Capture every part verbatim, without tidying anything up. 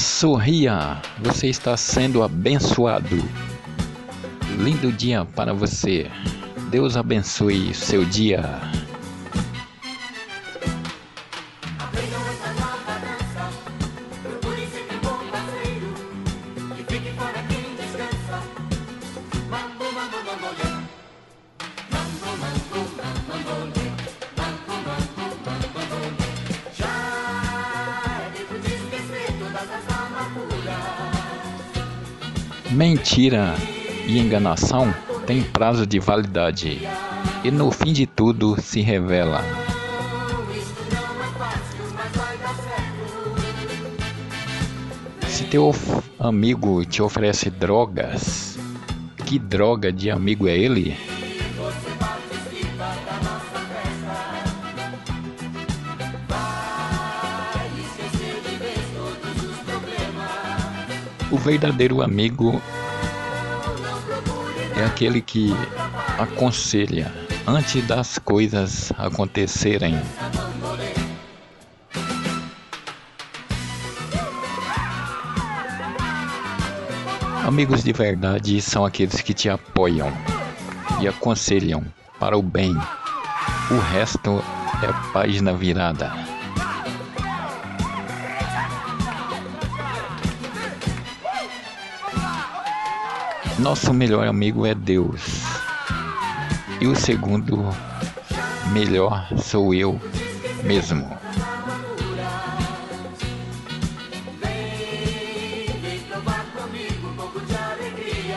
Sorria, você está sendo abençoado. Lindo dia para você. Deus abençoe seu dia. Aprendam essa nova dança, procure sempre um bom parceiro, e fique fora quem descansa. Mambo, mambo, mambolê. Mambo, mambo, mambolê. Mambo, mambo, mambolê. Já é tempo de esquecer todas as amarguras. Mentira e enganação têm prazo de validade, e no fim de tudo se revela. Isto não é fácil, mas vai dar certo. Se teu of- amigo te oferece drogas, que droga de amigo é ele? Você participa da nossa festa. Vai esquecer de vez todos os problemas. O verdadeiro amigo Não procure é aquele que aconselha antes das coisas acontecerem. Amigos de verdade são aqueles que te apoiam e aconselham para o bem. O resto é página virada. Nosso melhor amigo é Deus. E o segundo melhor sou eu mesmo. Vem, vem provar comigo um pouco de alegria.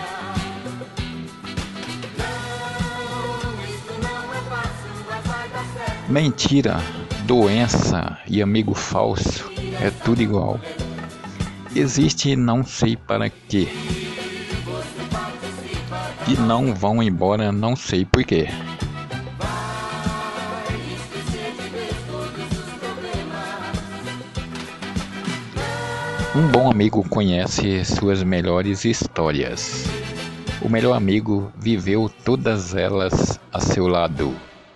Não, isso não é fácil, mas vai dar certo. Mentira, doença e amigo falso é tudo igual. Existe não sei para quê. E não vão embora não sei por quê. Vai esquecer de vez todos os problemas. Um bom amigo conhece suas melhores histórias. O melhor amigo viveu todas elas a seu lado.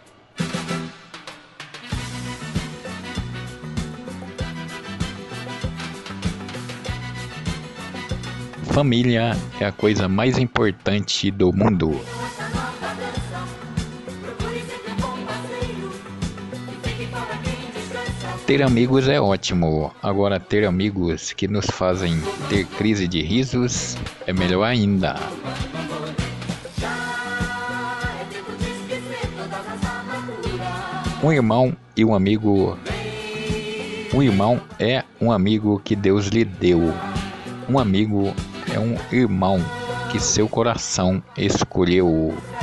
Família é a coisa mais importante do mundo. Essa nova dança, procure sempre um bom parceiro, e fique fora quem descansa. Ter amigos é ótimo, agora ter amigos que nos fazem ter crise de risos é melhor ainda. Já é tempo de esquecer todas as amarguras. Um irmão e um amigo. Um irmão é um amigo que Deus lhe deu. Um amigo é um irmão que seu coração escolheu.